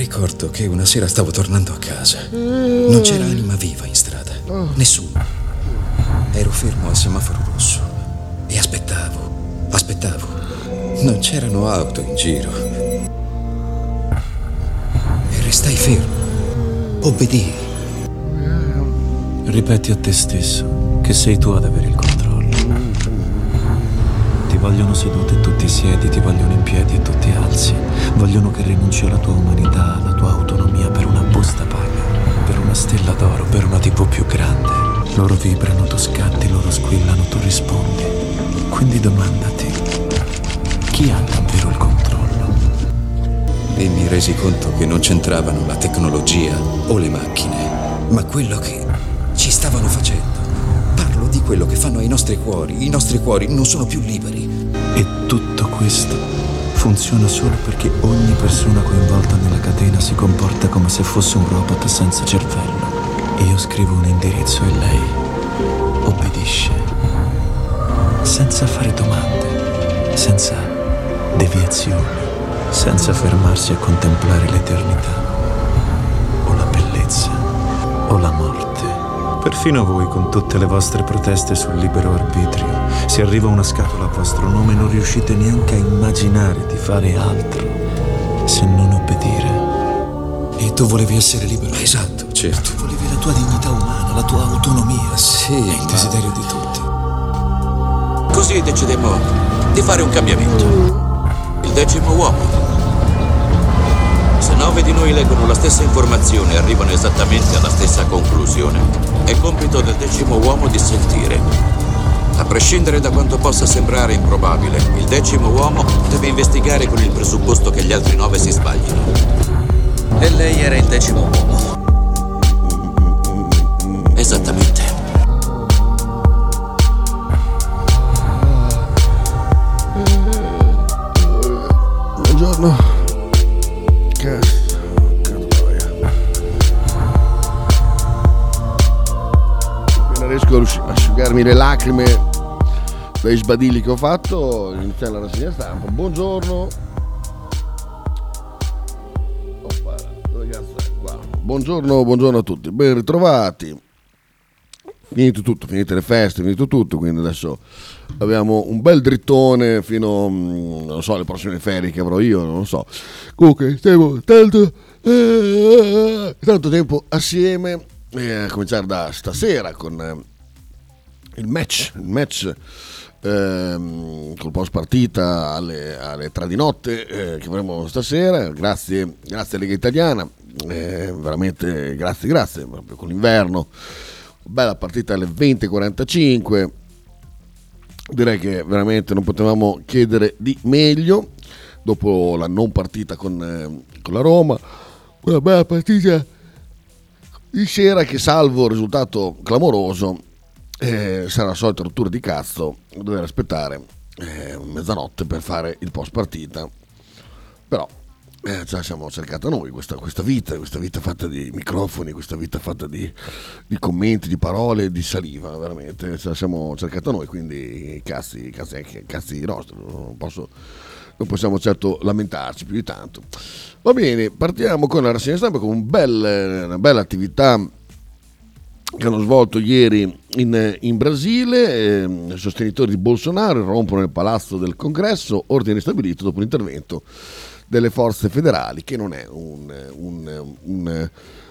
Ricordo che una sera stavo tornando a casa. Non c'era anima viva in strada. Nessuno. Ero fermo al semaforo rosso e aspettavo. Non c'erano auto in giro. E restai fermo. Obbedii. Ripeti a te stesso che sei tu ad avere il controllo. Ti vogliono seduto e tu ti siedi, ti vogliono in piedi e tu ti alzi. Vogliono che rinunci alla tua umanità, alla tua autonomia per una busta paga, per una stella d'oro, per una TV più grande. Loro vibrano, tu scatti, loro squillano, tu rispondi. Quindi domandati, chi ha davvero il controllo? E mi resi conto che non c'entravano la tecnologia o le macchine, ma quello che ci stavano facendo. Parlo di quello che fanno ai nostri cuori. I nostri cuori non sono più liberi. E tutto questo funziona solo perché ogni persona coinvolta nella catena si comporta come se fosse un robot senza cervello. Io scrivo un indirizzo e lei obbedisce, senza fare domande, senza deviazioni, senza fermarsi a contemplare l'eternità, o la bellezza, o la morte. Perfino voi, con tutte le vostre proteste sul libero arbitrio, se arriva una scatola a vostro nome non riuscite neanche a immaginare di fare altro se non obbedire. E tu volevi essere libero? Esatto, certo. Tu volevi la tua dignità umana, la tua autonomia. Sì, è il desiderio di tutti. Così decidemmo di fare un cambiamento. Il 10° uomo. Se 9 di noi leggono la stessa informazione e arrivano esattamente alla stessa conclusione, è compito del 10° uomo di sentire. A prescindere da quanto possa sembrare improbabile, il 10° uomo deve investigare con il presupposto che gli altri 9 si sbaglino. E lei era il 10° uomo. Esattamente. Buongiorno. Cazzo troia. Appena riesco a asciugarmi le lacrime dai sbadilli che ho fatto, iniziamo la rassegna stampa. Buongiorno. Oppa, dove cazzo è? Qua. Buongiorno a tutti, ben ritrovati. Finito tutto, finite le feste, finito tutto, quindi adesso abbiamo un bel drittone fino, non so, alle prossime ferie che avrò io, non lo so. Comunque, stiamo tanto tempo assieme, a cominciare da stasera con il match col post partita alle 3 di notte che avremo stasera. Grazie Lega Italiana, veramente grazie, proprio con l'inverno. Bella partita alle 20:45, direi che veramente non potevamo chiedere di meglio dopo la non partita con la Roma. Una bella partita di sera che, salvo il risultato clamoroso, sarà la solita rottura di cazzo dover aspettare mezzanotte per fare il post partita. Però ce la siamo cercata noi questa vita fatta di microfoni, questa vita fatta di commenti, di parole, di saliva, veramente ce la siamo cercata noi, quindi cazzi nostri, non possiamo certo lamentarci più di tanto. Va bene, partiamo con la rassegna stampa, con una bella attività che hanno svolto ieri in Brasile. Sostenitori di Bolsonaro rompono il palazzo del Congresso, ordine stabilito dopo l'intervento delle forze federali, che non è un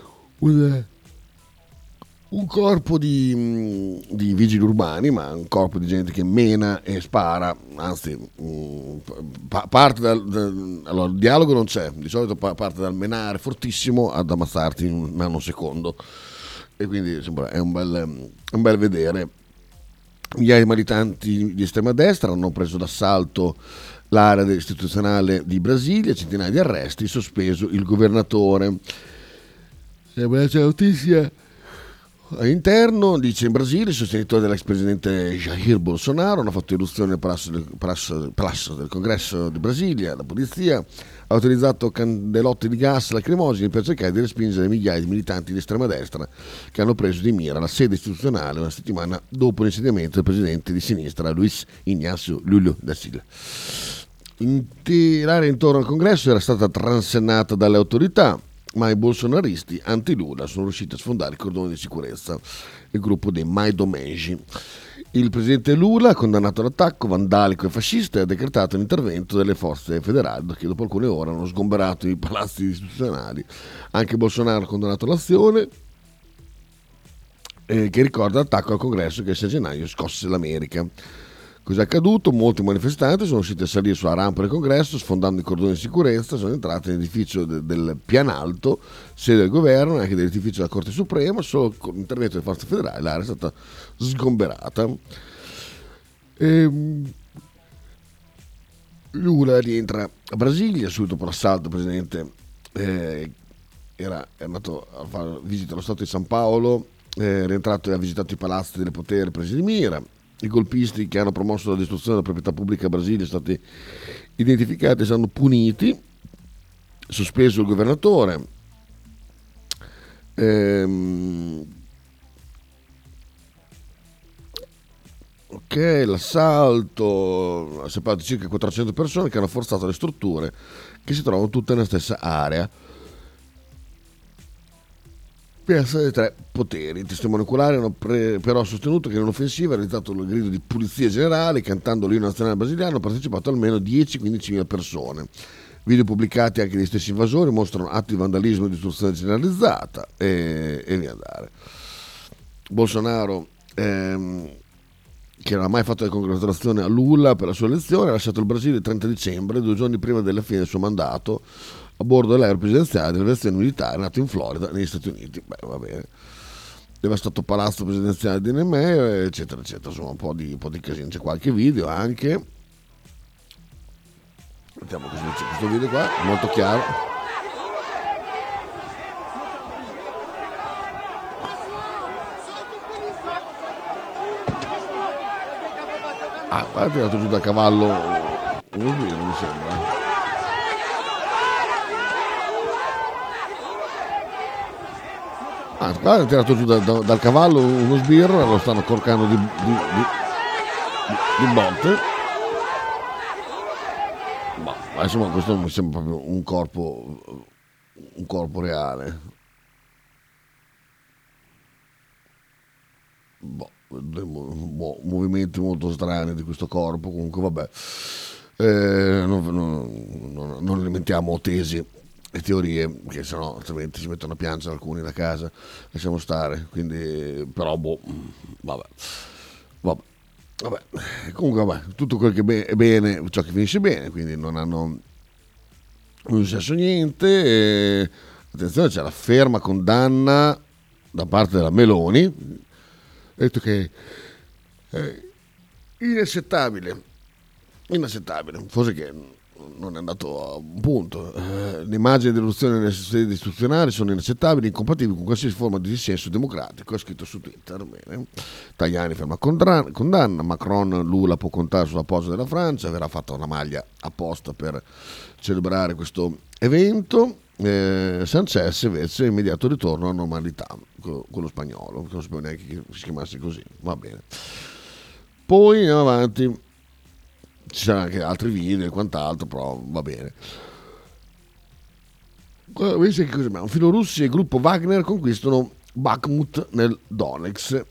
corpo di vigili urbani, ma un corpo di gente che mena e spara, anzi parte allora il dialogo non c'è, di solito parte dal menare fortissimo ad ammazzarti in un nanosecondo, e quindi insomma, è un bel vedere. Migliaia di militanti di estrema destra hanno preso d'assalto l'area istituzionale di Brasilia, centinaia di arresti, sospeso il governatore. Sembra c'è notizia all'interno, dice: in Brasile i sostenitori dell'ex presidente Jair Bolsonaro hanno fatto irruzione nel palazzo del Congresso di Brasilia. La polizia ha utilizzato candelotti di gas lacrimogeni per cercare di respingere migliaia di militanti di estrema destra che hanno preso di mira la sede istituzionale una settimana dopo l'insediamento del presidente di sinistra Luiz Inácio Lula da Silva. L'area intorno al congresso era stata transennata dalle autorità, ma i bolsonaristi anti-Lula sono riusciti a sfondare i cordoni di sicurezza, il gruppo dei Maidomegi. Il presidente Lula ha condannato l'attacco vandalico e fascista e ha decretato l'intervento delle forze federali, che dopo alcune ore hanno sgomberato i palazzi istituzionali. Anche Bolsonaro ha condannato l'azione, che ricorda l'attacco al congresso che il 6 gennaio scosse l'America. Cos'è accaduto? Molti manifestanti sono riusciti a salire sulla rampa del congresso, sfondando i cordoni di sicurezza, sono entrati nell'edificio del Pianalto, sede del governo e anche dell'edificio della Corte Suprema. Solo con l'intervento delle forze federali l'area è stata sgomberata. Lula rientra a Brasilia subito per l'assalto. Il presidente era andato a fare visita allo Stato di San Paolo, è rientrato e ha visitato i palazzi delle potere presi di mira. I golpisti che hanno promosso la distruzione della proprietà pubblica a Brasilia sono stati identificati e saranno puniti. Sospeso il governatore. Ok, l'assalto ha separato circa 400 persone che hanno forzato le strutture che si trovano tutte nella stessa area. Piazza dei tre poteri. I testimoni oculari hanno però sostenuto che nell'offensiva ha realizzato il grido di pulizia generale, cantando l'inno nazionale brasiliano, hanno partecipato almeno 10-15 mila persone. Video pubblicati anche degli stessi invasori mostrano atti di vandalismo e distruzione generalizzata e via andare. Bolsonaro, che non ha mai fatto le congratulazioni a Lula per la sua elezione, ha lasciato il Brasile il 30 dicembre, 2 giorni prima della fine del suo mandato, a bordo dell'aereo presidenziale dell'aviazione militare nato in Florida, negli Stati Uniti. Beh, va bene. Devastato palazzo presidenziale di Nemea, eccetera, eccetera. Insomma, un po' di casino. C'è qualche video anche. Vediamo cosa dice questo video qua, molto chiaro. Qua ha tirato giù da cavallo uno sbirro, mi sembra. Qua ha tirato giù dal cavallo uno sbirro e lo stanno corcando di botte. Ma insomma, questo mi sembra proprio un corpo reale. Movimenti molto strani di questo corpo. Comunque vabbè, non alimentiamo tesi e teorie, che sennò altrimenti si mettono a piangere alcuni da casa. Lasciamo stare. Quindi però vabbè. Comunque vabbè, tutto quel che è bene, ciò che finisce bene, quindi non è successo niente. Attenzione, c'è la ferma condanna da parte della Meloni, ha detto che è inaccettabile, forse che non è andato a un punto. Le immagini di eruzione nelle sedi istituzionali sono inaccettabili, incompatibili con qualsiasi forma di dissenso democratico, ha scritto su Twitter. Bene. Tajani ferma condanna. Macron, Lula può contare sull'appoggio della Francia, verrà fatta una maglia apposta per celebrare questo evento. Sanchez invece immediato ritorno alla normalità con lo spagnolo, che non sapevo neanche che si chiamasse così. Va bene, poi andiamo avanti, ci saranno anche altri video e quant'altro, però va bene. Invece che cos'è? Filorussi e il gruppo Wagner conquistano Bakhmut nel Donetsk.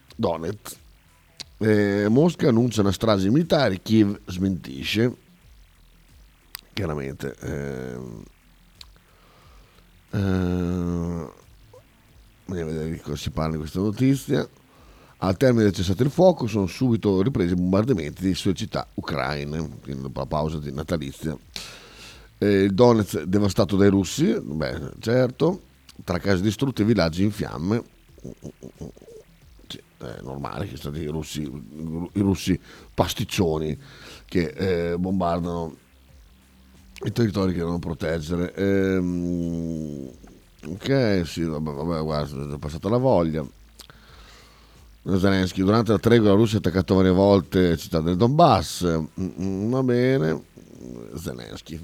Mosca annuncia una strage militare, Kiev smentisce. Chiaramente andiamo a vedere di cosa si parla in questa notizia. Al termine del cessato il fuoco sono subito ripresi i bombardamenti di sue città ucraine, quindi dopo la pausa di natalizia. Il Donetsk devastato dai russi, beh, certo, tra case distrutte e villaggi in fiamme. Sì, è normale che siano i russi pasticcioni che bombardano i territori che devono proteggere. Ok, sì, vabbè, guarda, è passata la voglia. Zelensky, durante la tregua la Russia ha attaccato varie volte città del Donbass. Va bene. Zelensky,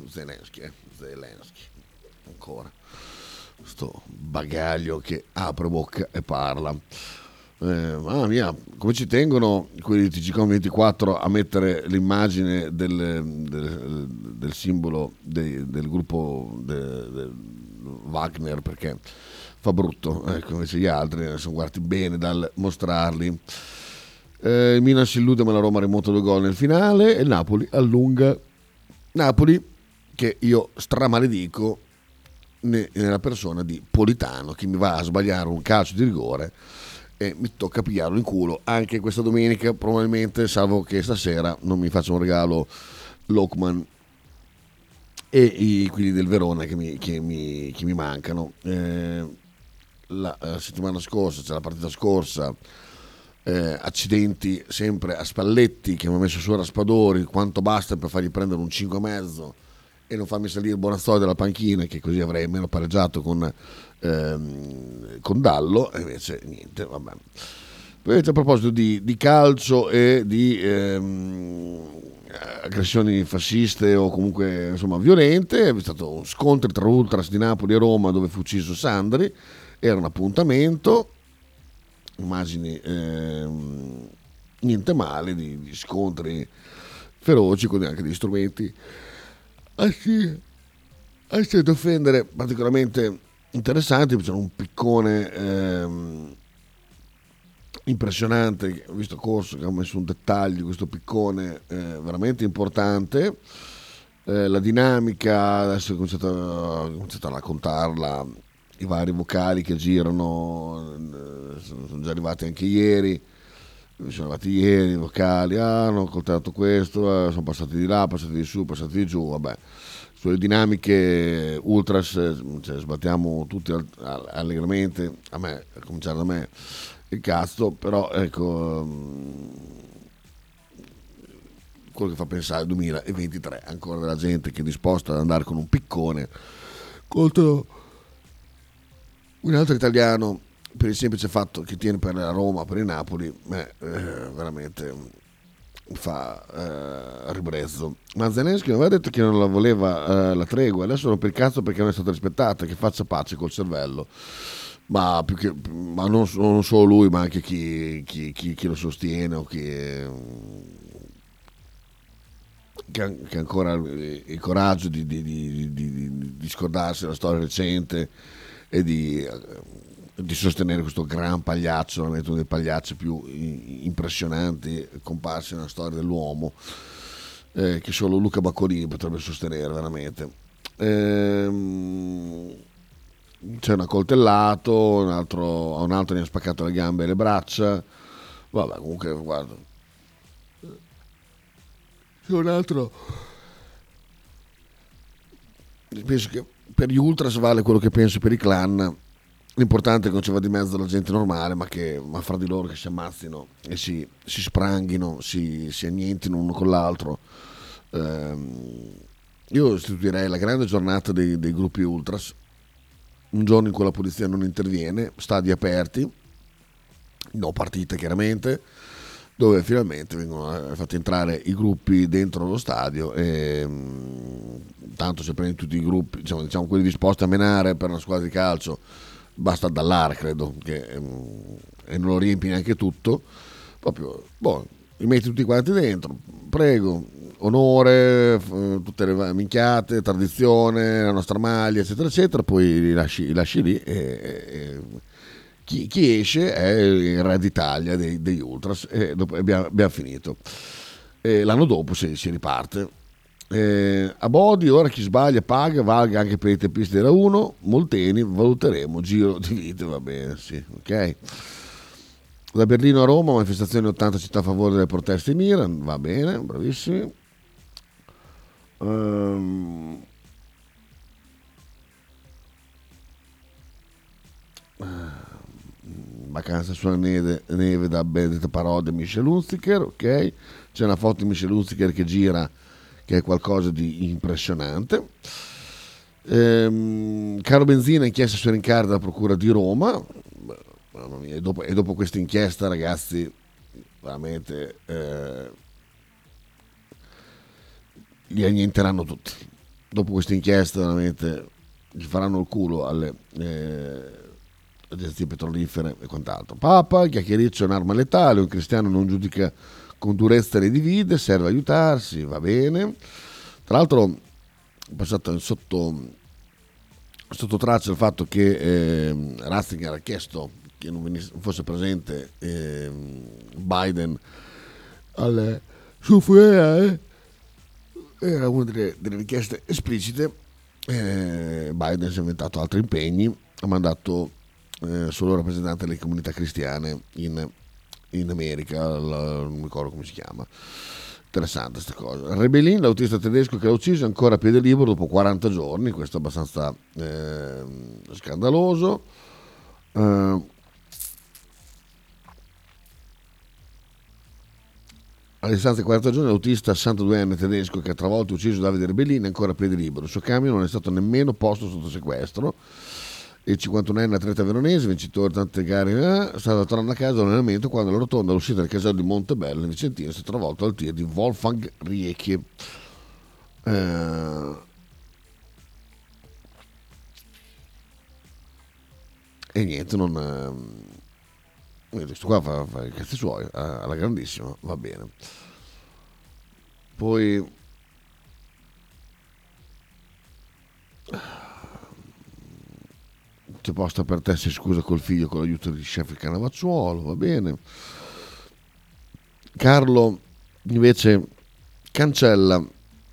ancora sto bagaglio che apre bocca e parla. Mamma mia, come ci tengono quelli di TGCOM24 a mettere l'immagine del simbolo del gruppo Wagner, perché fa brutto, ecco, invece gli altri sono guardati bene dal mostrarli. Il Milan si illude ma la Roma rimonta 2 gol nel finale e il Napoli allunga. Napoli che io stramaledico nella persona di Politano, che mi va a sbagliare un calcio di rigore e mi tocca pigliarlo in culo anche questa domenica probabilmente, salvo che stasera non mi faccia un regalo Lokman e quelli del Verona che mi mancano. La settimana scorsa, cioè la partita scorsa, accidenti sempre a Spalletti che mi ha messo su Raspadori, quanto basta per fargli prendere un 5,5 e non farmi salire Bonazzoli dalla panchina, che così avrei meno pareggiato con Dallo, e invece niente, vabbè. Poi a proposito di calcio e di aggressioni fasciste o comunque insomma violente, è stato scontri tra ultras di Napoli e Roma dove fu ucciso Sandri, era un appuntamento, immagini niente male di scontri feroci con anche degli strumenti anzi da offendere particolarmente interessanti. C'era un piccone impressionante, ho visto corso che ha messo un dettaglio, questo piccone veramente importante, la dinamica, adesso ho cominciato a raccontarla, i vari vocali che girano, sono già arrivati anche ieri, sono arrivati ieri i vocali, hanno coltellato questo, sono passati di là, passati di su, passati di giù, vabbè. Sulle dinamiche ultras cioè, sbattiamo tutti allegramente, a me, a cominciare da me, il cazzo, però ecco, quello che fa pensare al 2023, ancora della gente che è disposta ad andare con un piccone contro un altro italiano per il semplice fatto che tiene per la Roma, per il Napoli, veramente fa ribrezzo. Ma Zelensky aveva detto che non la voleva la tregua, adesso non per il cazzo perché non è stata rispettata, che faccia pace col cervello. Ma non solo lui, ma anche chi lo sostiene o che ha ancora il coraggio di scordarsi della storia recente e di sostenere questo gran pagliaccio, uno dei pagliacci più impressionanti comparsi nella storia dell'uomo, che solo Luca Baccolini potrebbe sostenere veramente. C'è un accoltellato, a un altro ne ha spaccato le gambe e le braccia, vabbè, comunque guarda, c'è un altro, penso che per gli ultras vale quello che penso per i clan. L'importante è che non ci va di mezzo la gente normale, ma fra di loro che si ammazzino e si spranghino, si annientino uno con l'altro. Io istituirei la grande giornata dei gruppi ultras, un giorno in cui la polizia non interviene, stadi aperti, no partite chiaramente, dove finalmente vengono fatti entrare i gruppi dentro lo stadio e tanto se prendi tutti i gruppi, diciamo quelli disposti a menare per una squadra di calcio, basta dall'ara, credo, e non lo riempi neanche tutto, proprio, li metti tutti quanti dentro, prego, onore, tutte le minchiate, tradizione, la nostra maglia, eccetera, eccetera, poi li lasci lì e chi esce è il re d'Italia degli ultras e dopo abbiamo finito. E l'anno dopo si riparte. A Bodi ora chi sbaglia paga, valga anche per i teppisti della 1. Molteni valuteremo giro di vite, va bene, sì, ok. Da Berlino a Roma manifestazione 80 città a favore delle proteste in Iran, va bene, bravissimi. Vacanza sulla neve da Benedetta Parodi e Michel Hunziker, ok. C'è una foto di Michel Hunziker che gira, che è qualcosa di impressionante. Caro Benzina, inchiesta su rincari della Procura di Roma. Mamma mia, e dopo questa inchiesta, ragazzi, veramente li annienteranno tutti. Dopo questa inchiesta veramente gli faranno il culo agenzie petrolifere e quant'altro. Papa, il chiacchiericcio è un'arma letale, un cristiano non giudica con durezza le divide, serve aiutarsi, va bene. Tra l'altro è passato sotto traccia il fatto che Ratzinger ha chiesto che non fosse presente Biden su FUEA, era una delle richieste esplicite. Biden si è inventato altri impegni, ha mandato solo rappresentante delle comunità cristiane in America, non mi ricordo come si chiama. Interessante questa cosa. Rebellin, l'autista tedesco che l'ha ucciso, è ancora a piede libero dopo 40 giorni, questo è abbastanza scandaloso. A distanza di 40 giorni l'autista 62enne tedesco che ha travolto e ucciso Davide Rebellin è ancora a piede libero. Il suo camion non è stato nemmeno posto sotto sequestro. Il 51enne atleta veronese, vincitore di tante gare, è stato tornando a casa all'allenamento quando la rotonda all'uscita del casello di Montebello in Vicentino è stato travolto dal tir di Wolfgang Riecke. E niente, questo qua fa i cazzi suoi alla grandissima, va bene. Poi c'è posta per te, si scusa col figlio con l'aiuto di chef Canavacciuolo, va bene. Carlo invece cancella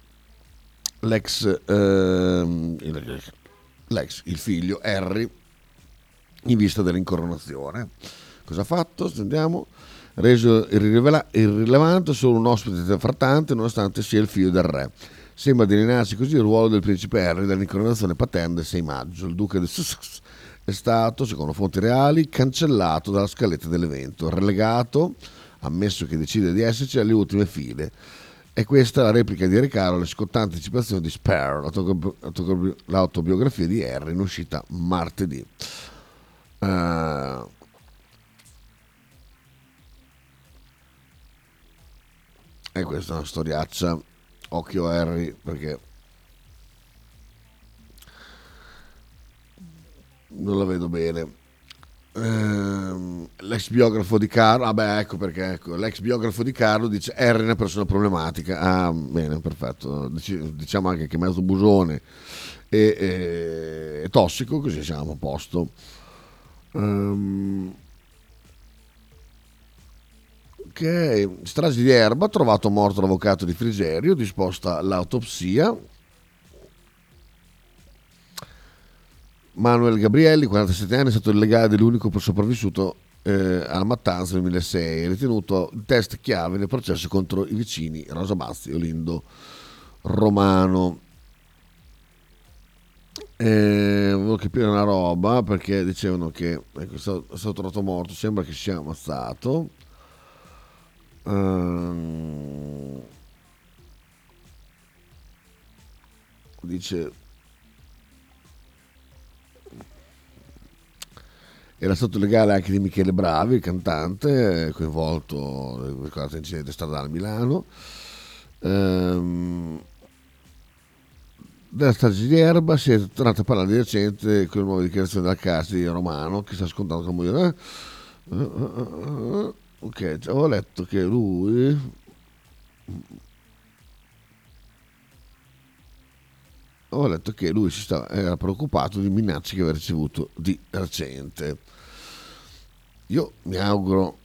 il figlio Harry in vista dell'incoronazione. Cosa ha fatto? Sentiamo. Reso irrilevante solo un ospite frattante nonostante sia il figlio del re. Sembra delinearsi così il ruolo del principe Harry dall'incoronazione patente del 6 maggio. Il duca di Sussex è stato, secondo fonti reali, cancellato dalla scaletta dell'evento, relegato, ammesso che decide di esserci, alle ultime file. E questa è la replica di Recaro alle scottanti anticipazioni di Spare, l'autobiografia di Harry in uscita martedì. E questa è una storiaccia, occhio Harry, perché non la vedo bene. L'ex biografo di Carlo, l'ex biografo di Carlo dice Harry è una persona problematica. Ah, bene, perfetto. Diciamo anche che è mezzo busone e tossico, così siamo a posto. Ok, strage di Erba, trovato morto l'avvocato di Frigerio, disposta l'autopsia. Manuel Gabrielli, 47 anni, è stato il legale dell'unico sopravvissuto alla mattanza nel 2006, è ritenuto il test chiave nel processo contro i vicini Rosa Bazzi e Olindo Romano. Volevo capire una roba, perché dicevano che è stato trovato morto, sembra che sia ammazzato. Dice era stato legale anche di Michele Bravi, il cantante coinvolto, ricordate, incidente stradale a Milano. Della strage di Erba si è tornato a parlare di recente con le nuove dichiarazioni della casa di Romano che sta scontando con moglie. Ok, avevo letto che lui era preoccupato di minacce che aveva ricevuto di recente. Io mi auguro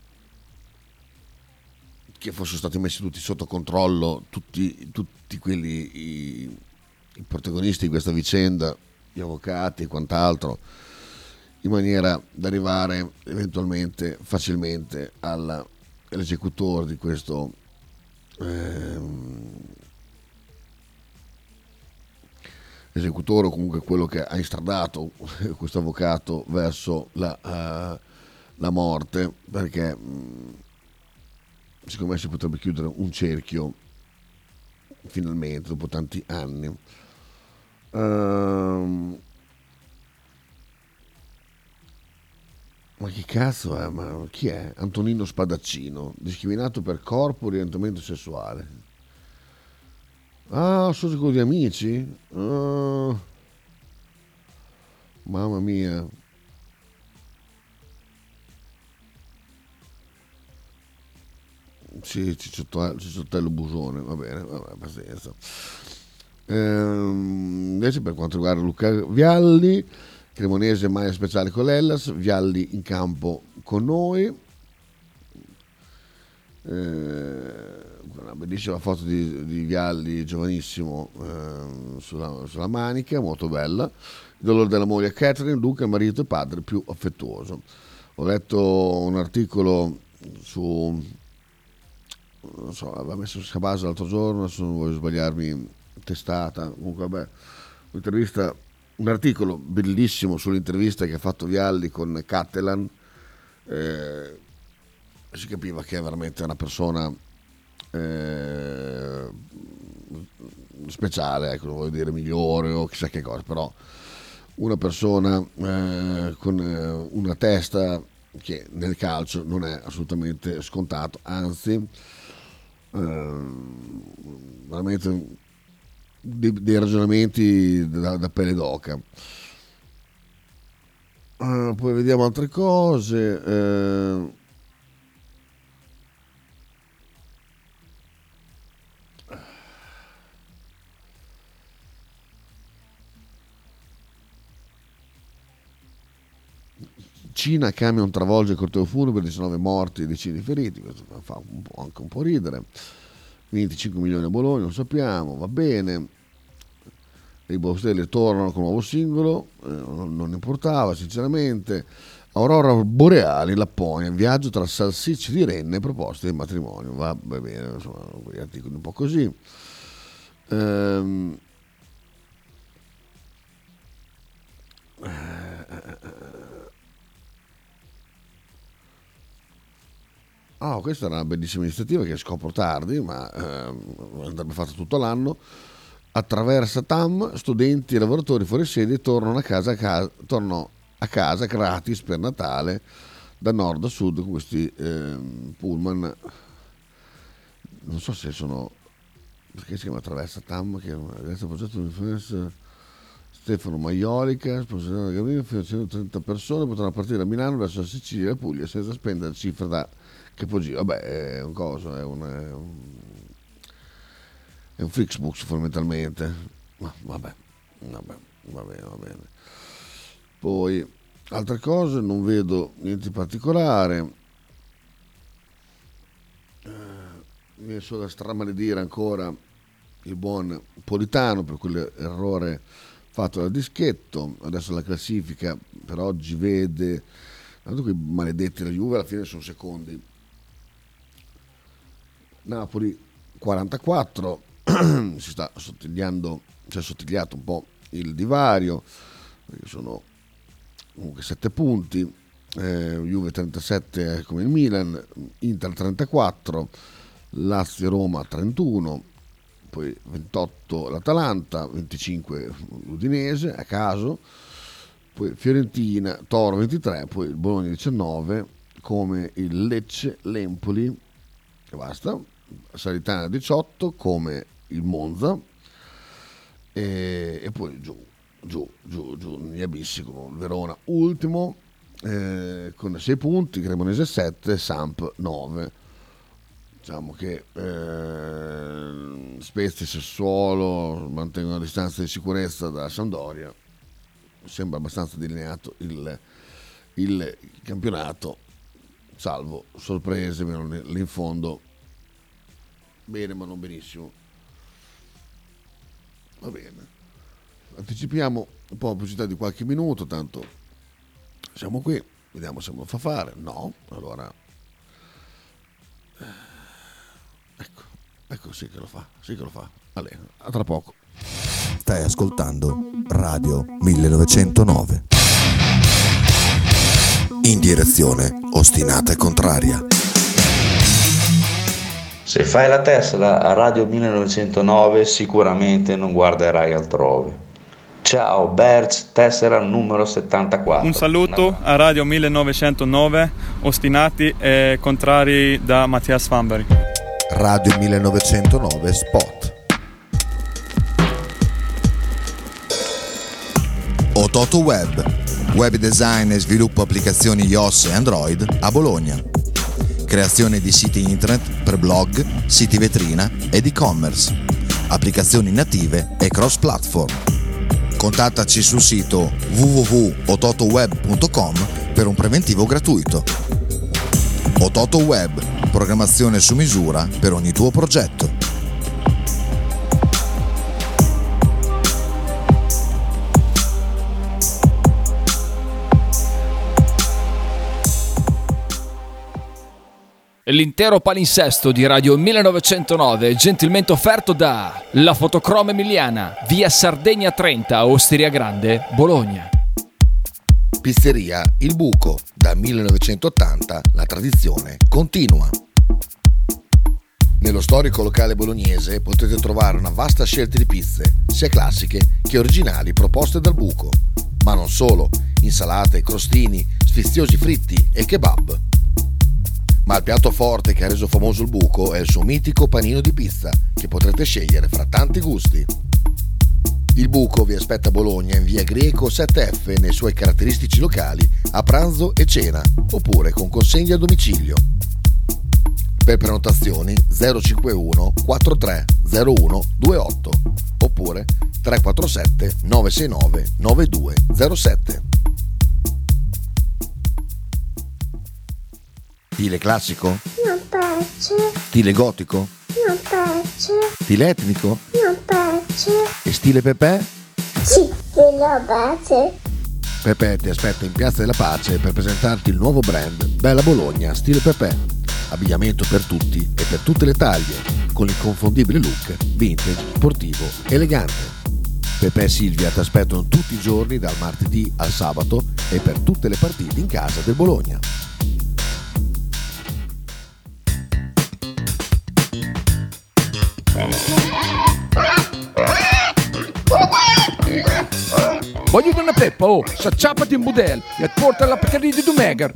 che fossero stati messi tutti sotto controllo, tutti quelli, i protagonisti di questa vicenda, gli avvocati e quant'altro, in maniera da arrivare eventualmente facilmente all'esecutore di questo esecutore, o comunque quello che ha instradato questo avvocato verso la morte, perché secondo me si potrebbe chiudere un cerchio finalmente dopo tanti anni. Ma chi cazzo è? Ma chi è? Antonino Spadaccino, discriminato per corpo o orientamento sessuale. Ah, socio con gli amici? Mamma mia. Sì, Cicciottello Busone, va bene, vabbè, pazienza. Invece per quanto riguarda Luca Vialli, Cremonese Maia speciale con l'Hellas, Vialli in campo con noi. Una bellissima foto di Vialli giovanissimo sulla manica, molto bella. Il dolore della moglie Catherine, Luca, marito e padre più affettuoso. Ho letto un articolo su, non so, aveva messo Scabasa l'altro giorno, adesso non voglio sbagliarmi testata, comunque vabbè, un articolo bellissimo sull'intervista che ha fatto Vialli con Cattelan. Si capiva che è veramente una persona speciale, ecco, non voglio dire migliore o chissà che cosa, però una persona con una testa che nel calcio non è assolutamente scontato, anzi veramente dei ragionamenti da pelle d'oca. Poi vediamo altre cose. Cina, camion travolge il corteo funebre, 19 morti e decine di feriti, questo fa anche un po' ridere. 25 milioni a Bologna, non sappiamo, va bene. I Bostelli tornano con un nuovo singolo, non importava sinceramente. Aurora boreale, Lapponia, viaggio tra salsicce di renne e proposte di matrimonio, va bene, insomma, quegli articoli un po' così. Questa era una bellissima iniziativa che scopro tardi, ma andrebbe fatta tutto l'anno. Attraversa TAM, studenti e lavoratori fuori sede tornano a casa gratis per Natale da nord a sud con questi pullman. Non so se sono, perché si chiama Attraversa TAM, che è un progetto di influenza. Stefano Maiolica, sponsorizzato da Gabino, fino a 130 persone potranno partire da Milano verso la Sicilia e la Puglia senza spendere cifre da capogiro. Vabbè, è un coso, è un Flixbus fondamentalmente. Ma va bene. Poi altre cose, non vedo niente di particolare. Mi viene solo da stramaledire ancora il buon Politano per quell'errore fatto dal dischetto. Adesso la classifica per oggi vede quei maledetti, la Juve alla fine sono secondi, Napoli 44, si sta sottigliato un po' il divario, perché sono comunque 7 punti, Juve 37 come il Milan, Inter 34, Lazio e Roma 31, poi 28 l'Atalanta, 25 l'Udinese a caso, poi Fiorentina, Toro 23, poi il Bologna 19, come il Lecce, l'Empoli e basta, Salernitana 18 come il Monza e poi giù negli abissi con il Verona ultimo con 6 punti, Cremonese 7, Samp 9. Diciamo che Spezia e Sassuolo mantengono una distanza di sicurezza da Sampdoria. Sembra abbastanza delineato il campionato, salvo sorprese lì in fondo, bene ma non benissimo. Va bene, anticipiamo un po' la pubblicità di qualche minuto, tanto siamo qui, vediamo se me lo fa fare. No, allora ecco sì che lo fa. Allora, a tra poco. Stai ascoltando Radio 1909. In direzione ostinata e contraria. Se fai la Tesla a Radio 1909 sicuramente non guarderai altrove. Ciao Berz, Tessera numero 74. Un saluto a Radio 1909, ostinati e contrari da Mattias Fanberg. Radio 1909 Spot. Ototo Web, web design e sviluppo applicazioni iOS e Android a Bologna. Creazione di siti internet per blog, siti vetrina ed e-commerce, applicazioni native e cross-platform. Contattaci sul sito www.ototoweb.com per un preventivo gratuito. Ototo Web, programmazione su misura per ogni tuo progetto. L'intero palinsesto di Radio 1909 è gentilmente offerto da La Fotocroma Emiliana, via Sardegna 30, Osteria Grande, Bologna. Pizzeria Il Buco, da 1980 la tradizione continua. Nello storico locale bolognese potete trovare una vasta scelta di pizze, sia classiche che originali proposte dal Buco, ma non solo, insalate, crostini, sfiziosi fritti e kebab. Ma il piatto forte che ha reso famoso il Buco è il suo mitico panino di pizza, che potrete scegliere fra tanti gusti. Il Buco vi aspetta a Bologna in via Greco 7F nei suoi caratteristici locali a pranzo e cena, oppure con consegna a domicilio. Per prenotazioni 051 43 01 28 oppure 347 969 9207. Stile classico? Non piace. Stile gotico? Non piace. Stile etnico? Non piace. E stile Pepe? Sì, lo piace. Pepe ti aspetta in Piazza della Pace per presentarti il nuovo brand Bella Bologna Stile Pepe. Abbigliamento per tutti e per tutte le taglie, con l'inconfondibile look vintage, sportivo, elegante. Pepe e Silvia ti aspettano tutti i giorni dal martedì al sabato e per tutte le partite in casa del Bologna. Voglio una peppa, s'acciappati in budel e porta la Pcaridi di Dumegar.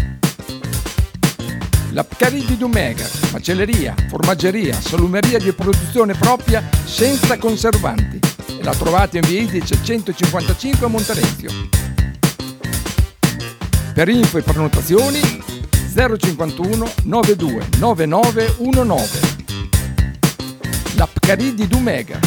La Pcaridi di Dumegar, macelleria, formaggeria, salumeria di produzione propria senza conservanti. E la trovate in via Idice 155 a Monterezio. Per info e prenotazioni 051 92 9919. La Pcaridi di Dumegar.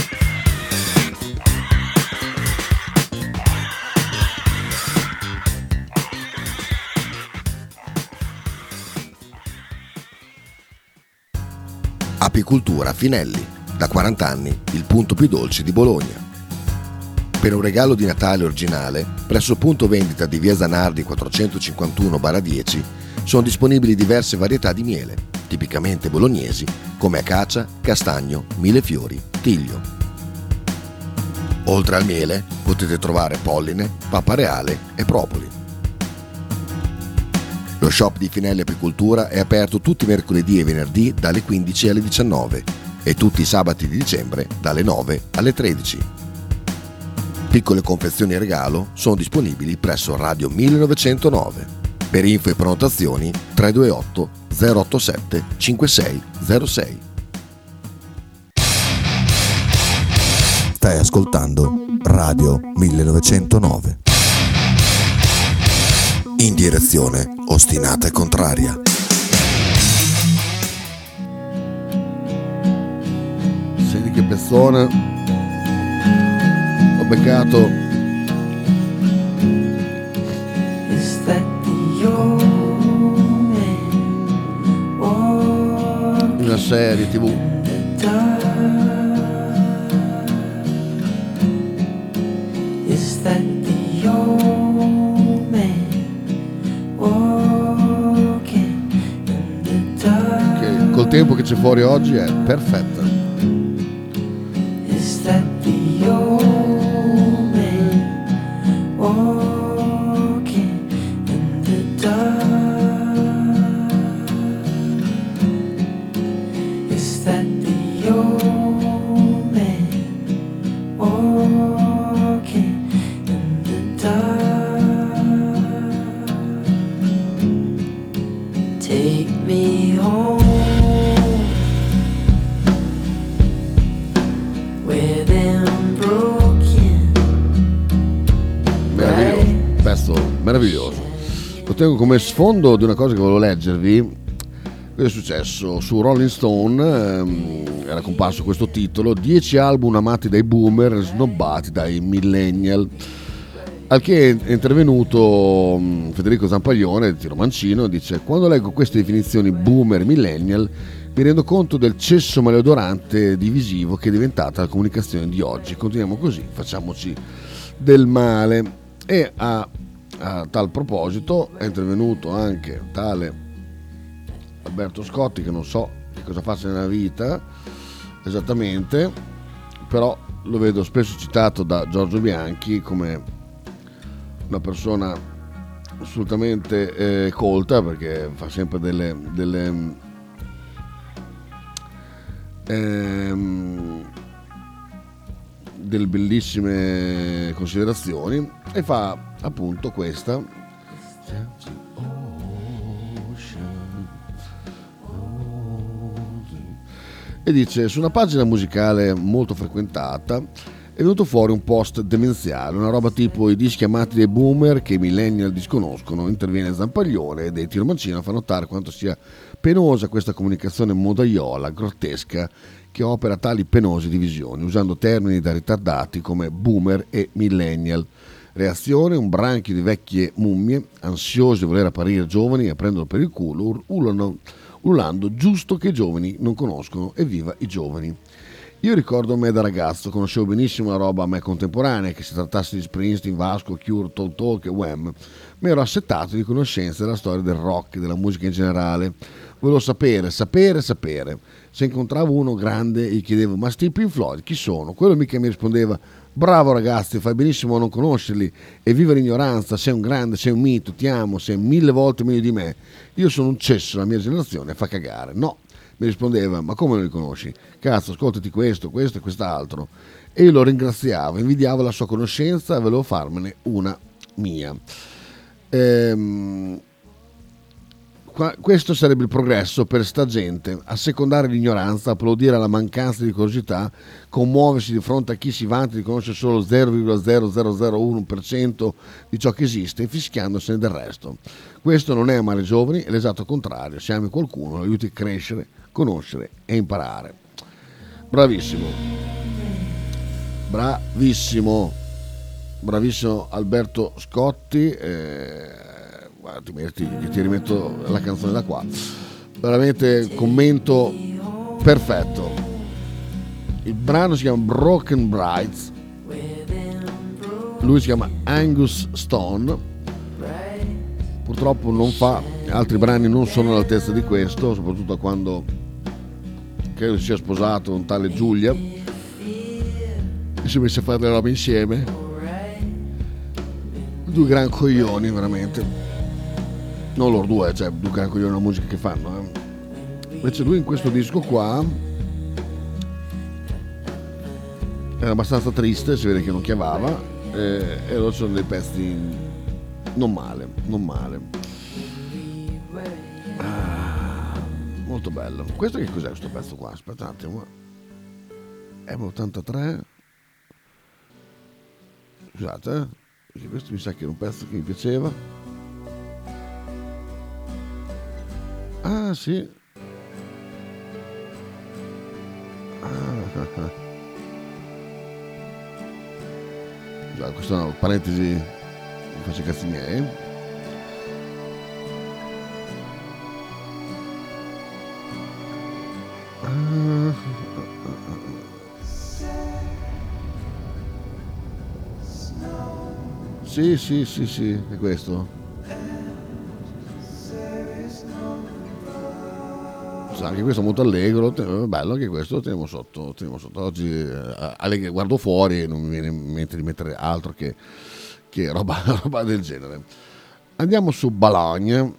Apicoltura Finelli, da 40 anni il punto più dolce di Bologna. Per un regalo di Natale originale, presso il punto vendita di via Zanardi 451/10 sono disponibili diverse varietà di miele, tipicamente bolognesi, come acacia, castagno, millefiori, tiglio. Oltre al miele potete trovare polline, pappa reale e propoli. Lo shop di Finelli Apicoltura è aperto tutti i mercoledì e venerdì dalle 15 alle 19 e tutti i sabati di dicembre dalle 9 alle 13. Piccole confezioni e regalo sono disponibili presso Radio 1909. Per info e prenotazioni 328 087 5606. Stai ascoltando Radio 1909. In direzione ostinata e contraria. Senti che pezzone. Ho beccato una serie TV. Che col tempo che c'è fuori oggi è perfetta. Meraviglioso. Lo tengo come sfondo di una cosa che volevo leggervi. Cosa è successo? Su Rolling Stone era comparso questo titolo: 10 album amati dai boomer e snobbati dai millennial. Al che è intervenuto Federico Zampaglione di Tiro Mancino, dice: quando leggo queste definizioni boomer e millennial mi rendo conto del cesso maleodorante divisivo che è diventata la comunicazione di oggi. Continuiamo così, facciamoci del male. E a tal proposito è intervenuto anche tale Alberto Scotti, che non so che cosa faccia nella vita esattamente, però lo vedo spesso citato da Giorgio Bianchi come una persona assolutamente colta, perché fa sempre delle bellissime considerazioni, e fa appunto questa e dice: su una pagina musicale molto frequentata è venuto fuori un post demenziale, una roba tipo i dischi amati dei boomer che i millennial disconoscono. Interviene Zampaglione e dei Tiro Mancino a far notare quanto sia penosa questa comunicazione modaiola, grottesca, che opera tali penose divisioni, usando termini da ritardati come boomer e millennial. Reazione: un branchio di vecchie mummie, ansiose di voler apparire giovani e prendono per il culo, urlando giusto che i giovani non conoscono e viva i giovani. Io ricordo me da ragazzo, conoscevo benissimo la roba a me contemporanea, che si trattasse di Springsteen, Vasco, Cure, Talk Talk e Wham, ma ero assetato di conoscenza della storia del rock e della musica in generale. Volevo sapere. Se incontravo uno grande gli chiedevo: ma sti Pink Floyd chi sono? Quello mica mi rispondeva: bravo ragazzi, fai benissimo a non conoscerli, e viva l'ignoranza, sei un grande, sei un mito, ti amo, sei 1000 volte meglio di me, io sono un cesso, la mia generazione fa cagare. No, mi rispondeva: ma come non li conosci? Cazzo, ascoltati questo e quest'altro. E io lo ringraziavo, invidiavo la sua conoscenza e volevo farmene una mia. Questo sarebbe il progresso per sta gente: assecondare l'ignoranza, applaudire alla mancanza di curiosità, commuoversi di fronte a chi si vanta di conoscere solo 0,0001% di ciò che esiste, fischiandosene del resto. Questo non è amare i giovani, è l'esatto contrario: se ami qualcuno lo aiuti a crescere, conoscere e imparare. Bravissimo Alberto Scotti. Guarda, ti rimetto la canzone da qua, veramente commento perfetto. Il brano si chiama Broken Brides, lui si chiama Angus Stone, purtroppo non fa altri brani, non sono all'altezza di questo, soprattutto quando credo sia sposato con tale Giulia e si è messo a fare le robe insieme. Due gran coglioni veramente, non loro due, cioè due gran coglioni la musica che fanno. Invece lui in questo disco qua era abbastanza triste, si vede che non chiavava, e loro sono dei pezzi non male. Molto bello. Questo che cos'è questo pezzo qua? Aspetta un attimo. M83. Scusate, perché questo mi sa che era un pezzo che mi piaceva. Ah sì. Scusate, questa è una parentesi, mi faccio i cazzi miei. Sì, è questo. Anche questo è molto allegro, bello anche questo, lo teniamo sotto. Oggi guardo fuori e non mi viene in mente di mettere altro che roba del genere. Andiamo su Bologna.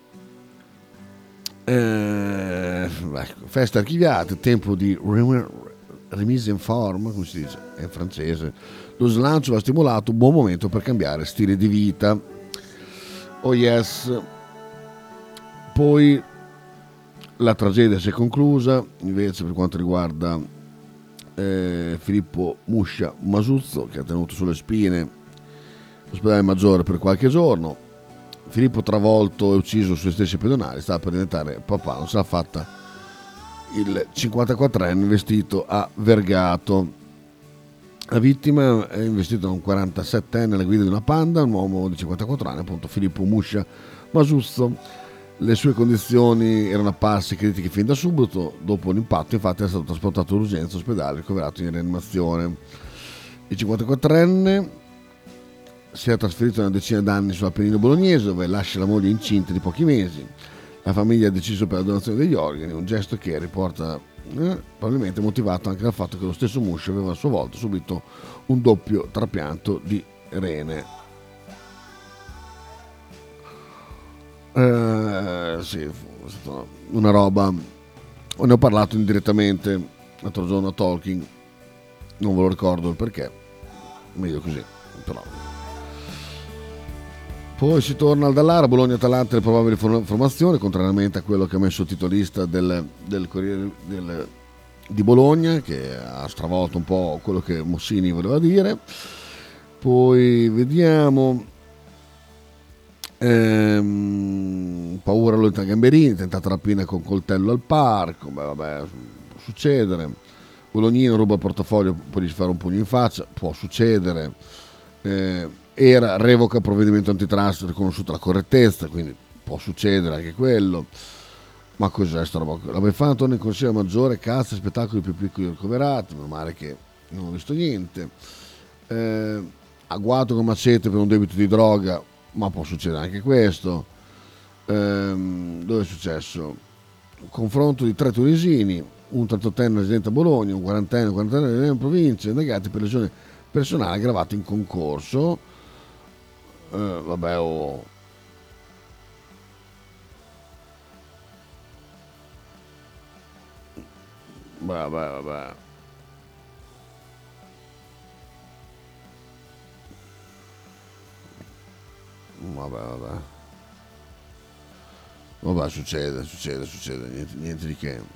Feste archiviate, tempo di remise in forme, come si dice, è in francese. Lo slancio va stimolato, buon momento per cambiare stile di vita. Oh yes. Poi la tragedia si è conclusa, invece, per quanto riguarda Filippo Muscia Masuzzo, che ha tenuto sulle spine l'ospedale Maggiore per qualche giorno. Filippo, travolto e ucciso sui stessi pedonali, stava per diventare papà, non se l'ha fatta il 54enne investito a Vergato. La vittima è investita da un 47enne alla guida di una Panda, un uomo di 54 anni, appunto Filippo Muscia Masuzzo. Le sue condizioni erano apparse critiche fin da subito. Dopo l'impatto, infatti, è stato trasportato all'urgenza ospedale, ricoverato in rianimazione. Il 54enne si è trasferito da una decina d'anni sull'Appennino bolognese, dove lascia la moglie incinta di pochi mesi. La famiglia ha deciso per la donazione degli organi, un gesto che riporta probabilmente motivato anche dal fatto che lo stesso Muscia aveva a sua volta subito un doppio trapianto di rene. Sì, è stata una roba. Ne ho parlato indirettamente l'altro giorno a Talking, non ve lo ricordo il perché, meglio così, però. Poi si torna al Dallara, Bologna-Atalanta, le probabili formazioni, contrariamente a quello che ha messo il titolista del Corriere di Bologna, che ha stravolto un po' quello che Mossini voleva dire. Poi vediamo, paura all'Olita Gamberini, tentata rapina con coltello al parco, vabbè, può succedere. Bolognino ruba il portafoglio, poi gli fare un pugno in faccia, può succedere. Era revoca provvedimento antitrust, riconosciuta la correttezza, quindi può succedere anche quello. Ma cos'è sta roba? La Befana torna in consiglio maggiore, cazzo, spettacoli più piccoli ricoverati, meno male che non ho visto niente. Agguato con macete per un debito di droga, ma può succedere anche questo. Dove è successo? Confronto di 3 tunisini, un 38enne residente a Bologna, un 40enne in provincia, indagati per lesione personale aggravate in concorso. Vabbè, vabbè. Vabbè, succede, niente di che.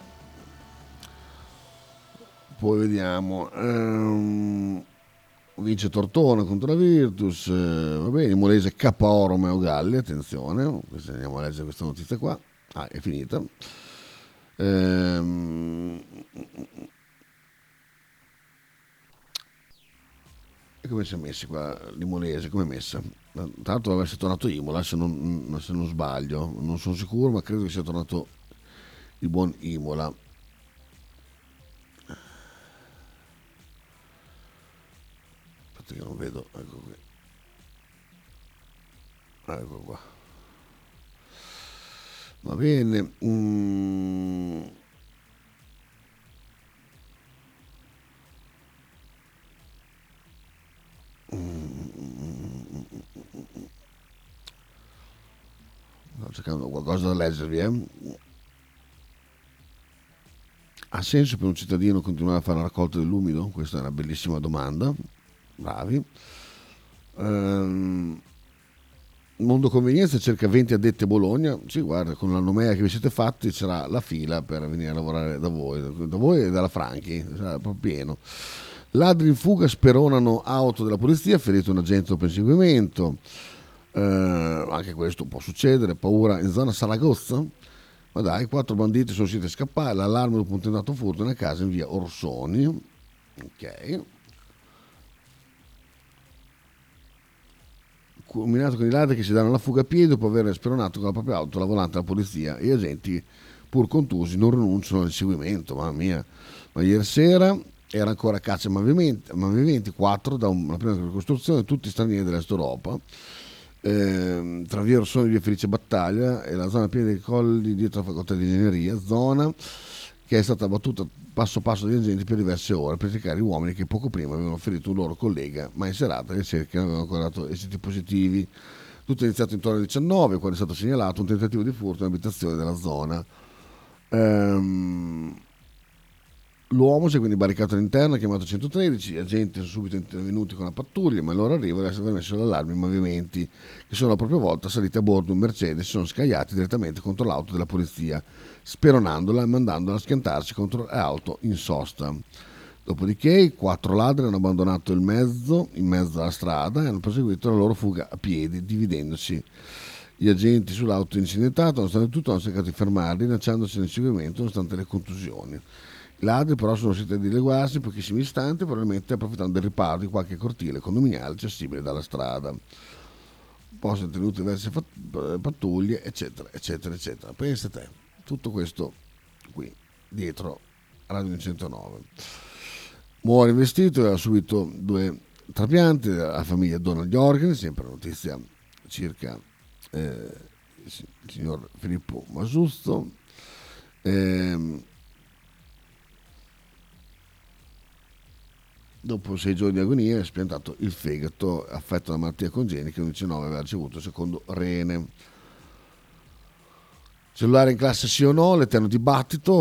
Poi vediamo, vince Tortona contro la Virtus, va bene, Molese KO Romeo Galli, attenzione, andiamo a leggere questa notizia qua. È finita. E come si è messi qua Limolese? Come è messa? Tra l'altro deve essere tornato Imola, se non sbaglio, non sono sicuro, ma credo che sia tornato il buon Imola. Aspetta che non vedo, ecco qua. Va bene. Sto cercando qualcosa da leggervi. Ha senso per un cittadino continuare a fare la raccolta dell'umido? Questa è una bellissima domanda. Bravi. Mondo Convenienza cerca 20 addetti a Bologna. Sì, guarda, con la nomea che vi siete fatti c'era la fila per venire a lavorare da voi e dalla Franchi, sarà proprio pieno. Ladri in fuga speronano auto della polizia, ferito un agente dopo inseguimento. Anche questo può succedere. Paura in zona Saragozza. Ma dai, 4 banditi sono riusciti a scappare. L'allarme dopo un tentato furto in una casa in via Orsoni. Ok. Culminato con i ladri che si danno alla fuga a piedi dopo aver speronato con la propria auto la volante della polizia, e gli agenti, pur contusi, non rinunciano all'inseguimento. Mamma mia. Ma ieri sera era ancora caccia malviventi, 4 da una prima ricostruzione, tutti stranieri dell'Est Europa, tra via Orsoni e via Felice Battaglia e la zona piena dei colli dietro la facoltà di ingegneria, zona che è stata battuta passo passo dagli agenti per diverse ore per cercare gli uomini che poco prima avevano ferito un loro collega, ma in serata le ricerche avevano ancora dato esiti positivi. Tutto è iniziato intorno alle 19, quando è stato segnalato un tentativo di furto in abitazione della zona. L'uomo si è quindi barricato all'interno, ha chiamato 113, gli agenti sono subito intervenuti con la pattuglia, ma il loro arrivo deve essere messo l'allarme in movimenti, che sono a propria volta saliti a bordo un Mercedes e sono scagliati direttamente contro l'auto della polizia, speronandola e mandandola a schiantarsi contro le auto in sosta. Dopodiché i 4 ladri hanno abbandonato in mezzo alla strada e hanno proseguito la loro fuga a piedi, dividendosi. Gli agenti sull'auto incidentata, nonostante tutto, hanno cercato di fermarli, lanciandosi nell'inseguimento nonostante le contusioni. I ladri però sono riusciti a dileguarsi in pochissimi istanti, probabilmente approfittando del riparo di qualche cortile condominiale accessibile dalla strada. Poi sono tenute diverse pattuglie, eccetera, eccetera, eccetera. Pensa te, tutto questo qui, dietro Radio 109. Muore investito e ha subito 2 trapianti alla famiglia dona gli organi, sempre notizia circa il signor Filippo Masusto. Dopo 6 giorni di agonia è spiantato il fegato, affetto da malattia congenica, che nel 2019 aveva ricevuto il secondo rene. Cellulare in classe sì o no, l'eterno dibattito.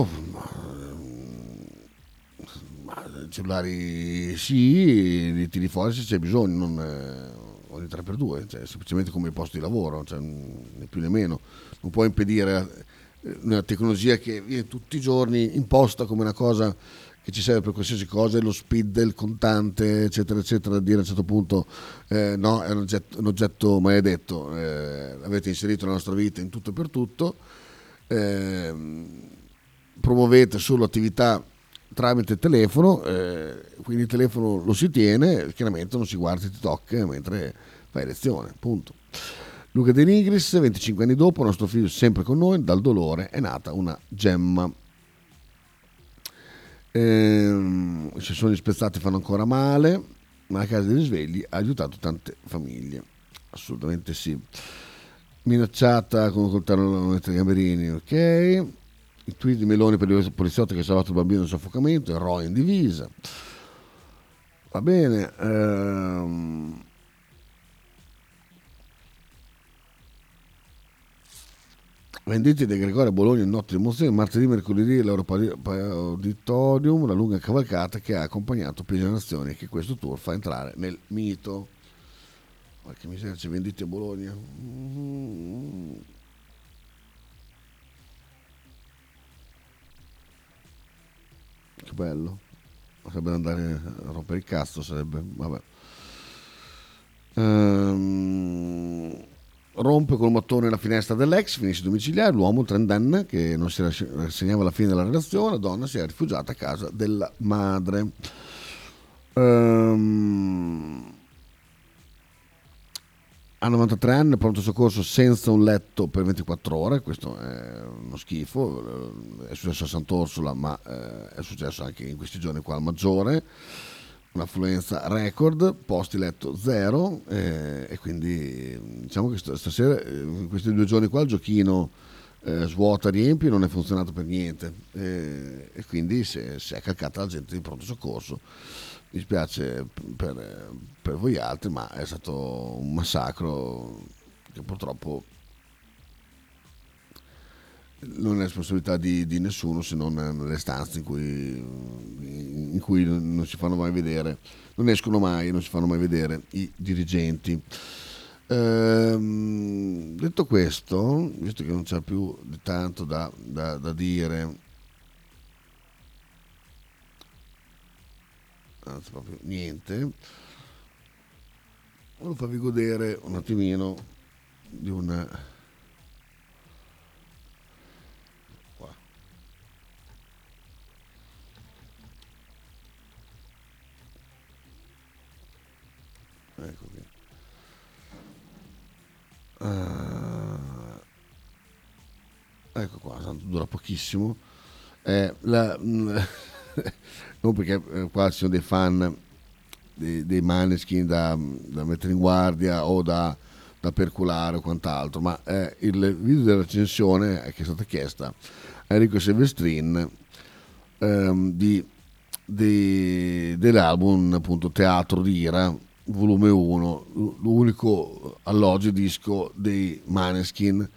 Cellulari sì, li tiri fuori se c'è bisogno, non ogni 3x2, cioè, semplicemente come i posti di lavoro, cioè, né più né meno. Non può impedire una tecnologia che viene tutti i giorni imposta come una cosa che ci serve per qualsiasi cosa, lo speed, il contante, eccetera, eccetera, da dire a un certo punto no, è un oggetto maledetto, l'avete inserito nella nostra vita in tutto e per tutto, promuovete solo attività tramite telefono, quindi il telefono lo si tiene, chiaramente non si guarda TikTok mentre fai lezione, punto. Luca De Nigris, 25 anni dopo, nostro figlio sempre con noi, dal dolore è nata una gemma. I sessoni spezzati fanno ancora male, ma la casa dei risvegli ha aiutato tante famiglie, assolutamente sì. Minacciata con un coltello nei gamberini, ok. I tweet di Meloni per il poliziotto che ha salvato il bambino dal soffocamento, eroe in divisa, va bene. Venditti De Gregorio a Bologna in notte di emozione, martedì, mercoledì l'Europa Auditorium, la lunga cavalcata che ha accompagnato più generazioni, che questo tour fa entrare nel mito. Qualche miseria, c'è Venditti a Bologna. Che bello, sarebbe andare a rompere il cazzo, sarebbe, vabbè. Rompe col mattone la finestra dell'ex, finisce domiciliare, l'uomo, il trentenne, che non si rassegnava alla fine della relazione, la donna si è rifugiata a casa della madre. A 93 anni, pronto soccorso senza un letto per 24 ore, questo è uno schifo, è successo a Sant'Orsola, ma è successo anche in questi giorni qua al Maggiore. Un'affluenza record, posti letto 0, e quindi diciamo che stasera, in questi 2 giorni qua, il giochino svuota, riempi non è funzionato per niente, e quindi si è calcata la gente di pronto soccorso. Mi dispiace per voi altri, ma è stato un massacro che purtroppo non è responsabilità di nessuno, se non nelle stanze in cui non si fanno mai vedere, non escono mai, non si fanno mai vedere i dirigenti. Detto questo, visto che non c'è più di tanto da dire, anzi proprio niente, volevo farvi godere un attimino di una... Ecco qui. Ecco qua, tanto dura pochissimo. Non perché qua ci sono dei fan dei Maneskin da mettere in guardia o da perculare o quant'altro, ma il video della recensione che è stata chiesta a Enrico Silvestrin dell'album appunto Teatro di Ira volume 1, l'unico all'oggi disco dei Maneskin,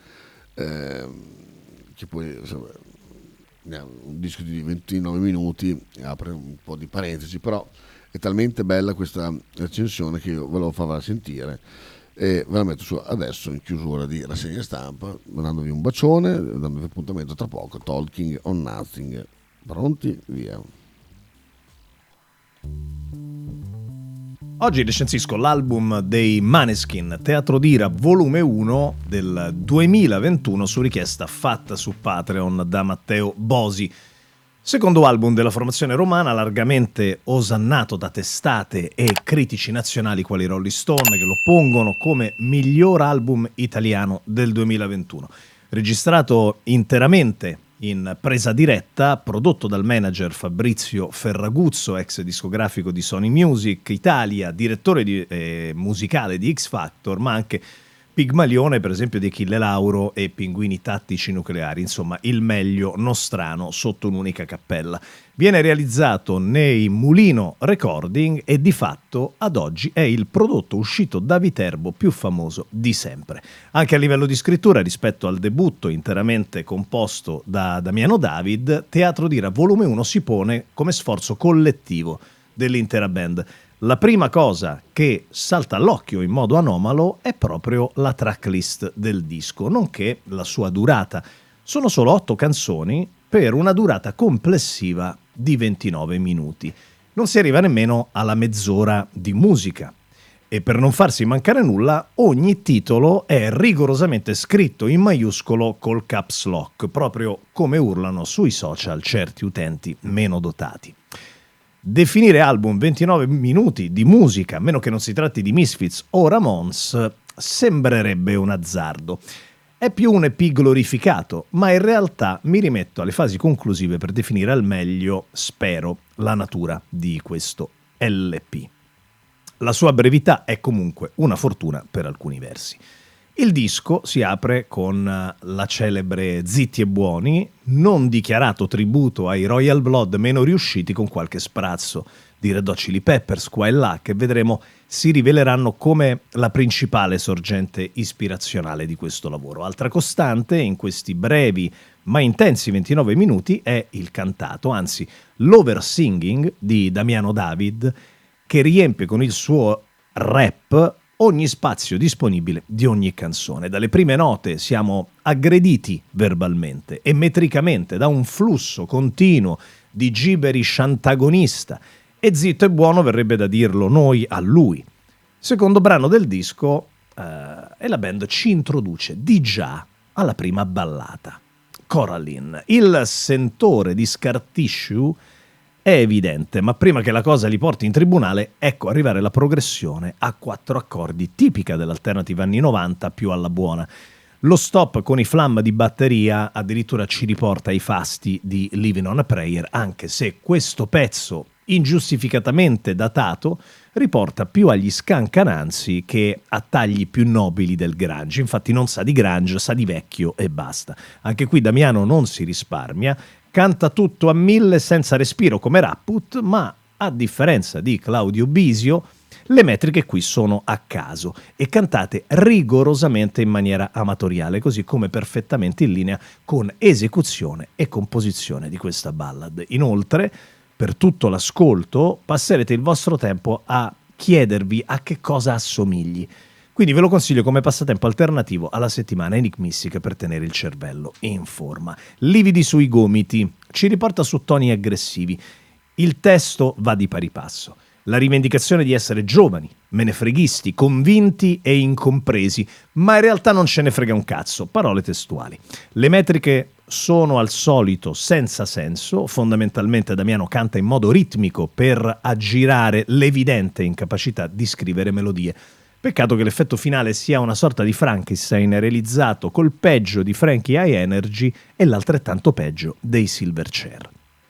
che poi insomma, un disco di 29 minuti, apre un po' di parentesi, però è talmente bella questa recensione che io ve lo farò sentire e ve la metto su adesso in chiusura di rassegna stampa, mandandovi un bacione, dandovi appuntamento tra poco. Talking on Nothing. Pronti? Via. Oggi recensisco l'album dei Maneskin, Teatro d'Ira volume 1 del 2021 su richiesta fatta su Patreon da Matteo Bosi. Secondo album della formazione romana, largamente osannato da testate e critici nazionali quali Rolling Stone, che lo pongono come miglior album italiano del 2021. Registrato interamente in presa diretta, prodotto dal manager Fabrizio Ferraguzzo, ex discografico di Sony Music Italia, direttore musicale di X Factor, ma anche Pigmalione, per esempio, di Achille Lauro e Pinguini Tattici Nucleari, insomma il meglio nostrano sotto un'unica cappella. Viene realizzato nei Mulino Recording e di fatto ad oggi è il prodotto uscito da Viterbo più famoso di sempre. Anche a livello di scrittura, rispetto al debutto interamente composto da Damiano David, Teatro d'Ira volume 1 si pone come sforzo collettivo dell'intera band. La prima cosa che salta all'occhio in modo anomalo è proprio la tracklist del disco, nonché la sua durata. Sono solo 8 canzoni per una durata complessiva di 29 minuti. Non si arriva nemmeno alla mezz'ora di musica. E per non farsi mancare nulla, ogni titolo è rigorosamente scritto in maiuscolo col caps lock, proprio come urlano sui social certi utenti meno dotati. Definire album 29 minuti di musica, a meno che non si tratti di Misfits o Ramones, sembrerebbe un azzardo. È più un EP glorificato, ma in realtà mi rimetto alle fasi conclusive per definire al meglio, spero, la natura di questo LP. La sua brevità è comunque una fortuna per alcuni versi. Il disco si apre con la celebre Zitti e Buoni, non dichiarato tributo ai Royal Blood meno riusciti, con qualche sprazzo di Red Hot Chili Peppers qua e là, che vedremo si riveleranno come la principale sorgente ispirazionale di questo lavoro. Altra costante in questi brevi ma intensi 29 minuti è il cantato, anzi l'oversinging di Damiano David, che riempie con il suo rap ogni spazio disponibile di ogni canzone. Dalle prime note siamo aggrediti verbalmente e metricamente da un flusso continuo di gibberish antagonista, e Zitto e Buono verrebbe da dirlo noi a lui. Secondo brano del disco e la band ci introduce di già alla prima ballata, Coraline. Il sentore di Scar Tissue è evidente, ma prima che la cosa li porti in tribunale, ecco arrivare la progressione a 4 accordi, tipica dell'alternative anni 90 più alla buona. Lo stop con i flam di batteria addirittura ci riporta ai fasti di Living on a Prayer, anche se questo pezzo, ingiustificatamente datato, riporta più agli scancananzi che a tagli più nobili del grunge. Infatti non sa di grunge, sa di vecchio e basta. Anche qui Damiano non si risparmia, canta tutto a 1000 senza respiro come Rapput, ma a differenza di Claudio Bisio, le metriche qui sono a caso e cantate rigorosamente in maniera amatoriale, così come perfettamente in linea con esecuzione e composizione di questa ballad. Inoltre, per tutto l'ascolto, passerete il vostro tempo a chiedervi a che cosa assomigli. Quindi ve lo consiglio come passatempo alternativo alla settimana enigmistica per tenere il cervello in forma. Lividi sui gomiti, ci riporta su toni aggressivi. Il testo va di pari passo. La rivendicazione di essere giovani, menefreghisti, convinti e incompresi, ma in realtà non ce ne frega un cazzo, parole testuali. Le metriche sono al solito senza senso, fondamentalmente Damiano canta in modo ritmico per aggirare l'evidente incapacità di scrivere melodie. Peccato che l'effetto finale sia una sorta di Frankenstein realizzato col peggio di Frankie High Energy e l'altrettanto peggio dei Silverchair.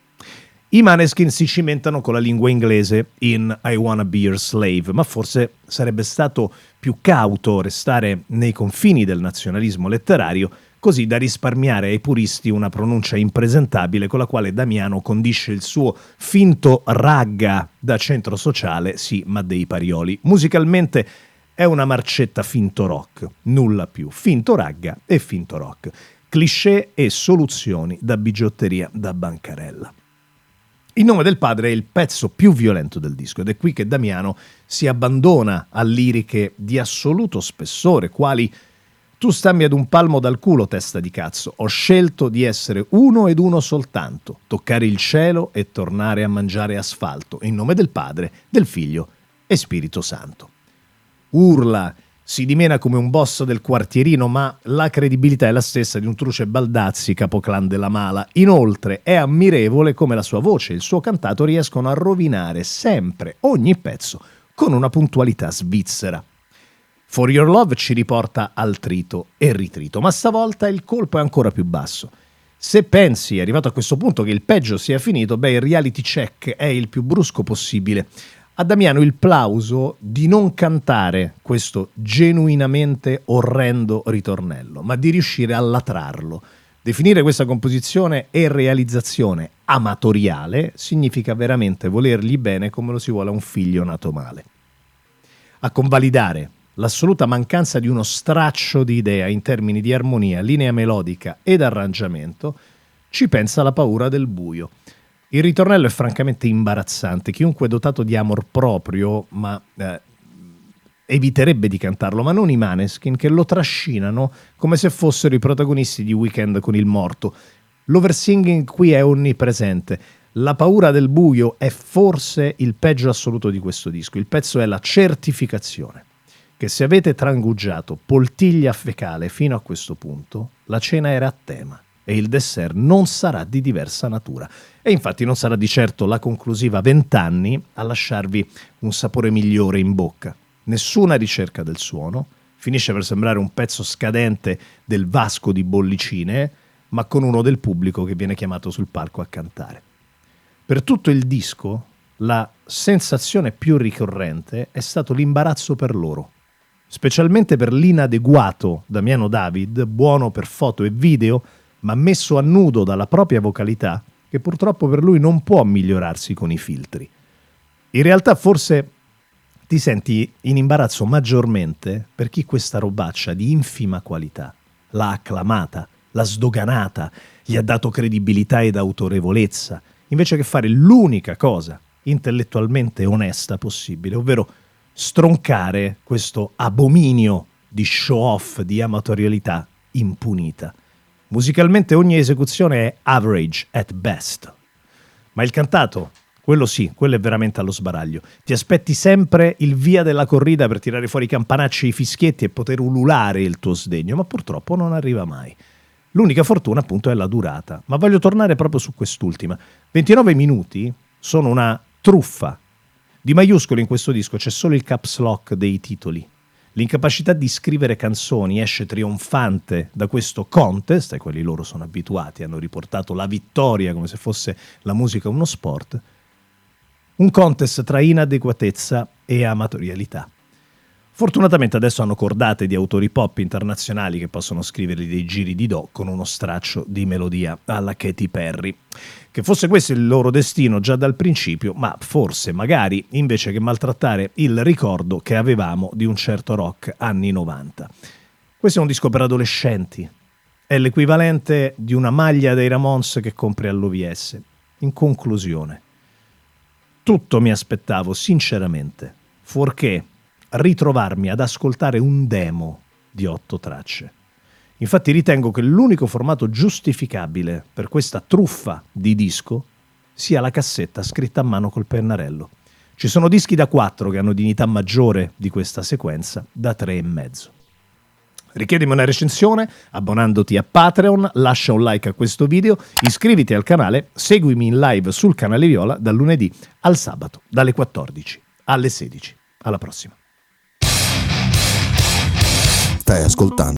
I Maneskin si cimentano con la lingua inglese in I Wanna Be Your Slave, ma forse sarebbe stato più cauto restare nei confini del nazionalismo letterario, così da risparmiare ai puristi una pronuncia impresentabile con la quale Damiano condisce il suo finto ragga da centro sociale, sì, ma dei parioli. Musicalmente è una marcetta finto rock, nulla più, finto ragga e finto rock, cliché e soluzioni da bigiotteria da bancarella. Il nome del padre è il pezzo più violento del disco ed è qui che Damiano si abbandona a liriche di assoluto spessore, quali: tu stammi ad un palmo dal culo, testa di cazzo, ho scelto di essere uno ed uno soltanto, toccare il cielo e tornare a mangiare asfalto, in nome del padre, del figlio e Spirito Santo. Urla, si dimena come un boss del quartierino, ma la credibilità è la stessa di un Truce Baldazzi, capoclan della Mala. Inoltre è ammirevole come la sua voce e il suo cantato riescono a rovinare sempre ogni pezzo con una puntualità svizzera. For Your Love ci riporta al trito e ritrito, ma stavolta il colpo è ancora più basso. Se pensi, arrivato a questo punto, che il peggio sia finito, il reality check è il più brusco possibile. A Damiano il plauso di non cantare questo genuinamente orrendo ritornello, ma di riuscire a latrarlo. Definire questa composizione e realizzazione amatoriale significa veramente volergli bene come lo si vuole a un figlio nato male. A convalidare l'assoluta mancanza di uno straccio di idea in termini di armonia, linea melodica ed arrangiamento, ci pensa La paura del buio. Il ritornello è francamente imbarazzante. Chiunque dotato di amor proprio, eviterebbe di cantarlo, ma non i Maneskin, che lo trascinano come se fossero i protagonisti di Weekend con il morto. L'oversinging qui è onnipresente. La paura del buio è forse il peggio assoluto di questo disco. Il pezzo è la certificazione che se avete trangugiato poltiglia fecale fino a questo punto, la cena era a tema e il dessert non sarà di diversa natura. E infatti non sarà di certo la conclusiva 20 anni a lasciarvi un sapore migliore in bocca. Nessuna ricerca del suono, finisce per sembrare un pezzo scadente del Vasco di Bollicine, ma con uno del pubblico che viene chiamato sul palco a cantare. Per tutto il disco, la sensazione più ricorrente è stato l'imbarazzo per loro, specialmente per l'inadeguato Damiano David, buono per foto e video, ma messo a nudo dalla propria vocalità, che purtroppo per lui non può migliorarsi con i filtri. In realtà forse ti senti in imbarazzo maggiormente per chi questa robaccia di infima qualità l'ha acclamata, l'ha sdoganata, gli ha dato credibilità ed autorevolezza, invece che fare l'unica cosa intellettualmente onesta possibile, ovvero stroncare questo abominio di show-off, di amatorialità impunita. Musicalmente ogni esecuzione è average at best, ma il cantato, quello sì, quello è veramente allo sbaraglio. Ti aspetti sempre il via della corrida per tirare fuori i campanacci e i fischietti e poter ululare il tuo sdegno, ma purtroppo non arriva mai. L'unica fortuna appunto è la durata, ma voglio tornare proprio su quest'ultima. 29 minuti sono una truffa. Di maiuscolo in questo disco c'è solo il caps lock dei titoli. L'incapacità di scrivere canzoni esce trionfante da questo contest, e quelli loro sono abituati, hanno riportato la vittoria come se fosse la musica uno sport. Un contest tra inadeguatezza e amatorialità. Fortunatamente adesso hanno cordate di autori pop internazionali che possono scrivergli dei giri di do con uno straccio di melodia alla Katy Perry. Che fosse questo il loro destino già dal principio, ma forse, magari, invece che maltrattare il ricordo che avevamo di un certo rock anni 90. Questo è un disco per adolescenti. È l'equivalente di una maglia dei Ramones che compri all'OVS. In conclusione, tutto mi aspettavo, sinceramente, fuorché ritrovarmi ad ascoltare un demo di 8 tracce. Infatti ritengo che l'unico formato giustificabile per questa truffa di disco sia la cassetta scritta a mano col pennarello. Ci sono dischi da 4 che hanno dignità maggiore di questa sequenza, da 3,5. Richiedimi una recensione abbonandoti a Patreon, lascia un like a questo video, iscriviti al canale, seguimi in live sul canale Viola dal lunedì al sabato, dalle 14 alle 16. Alla prossima. Stai ascoltando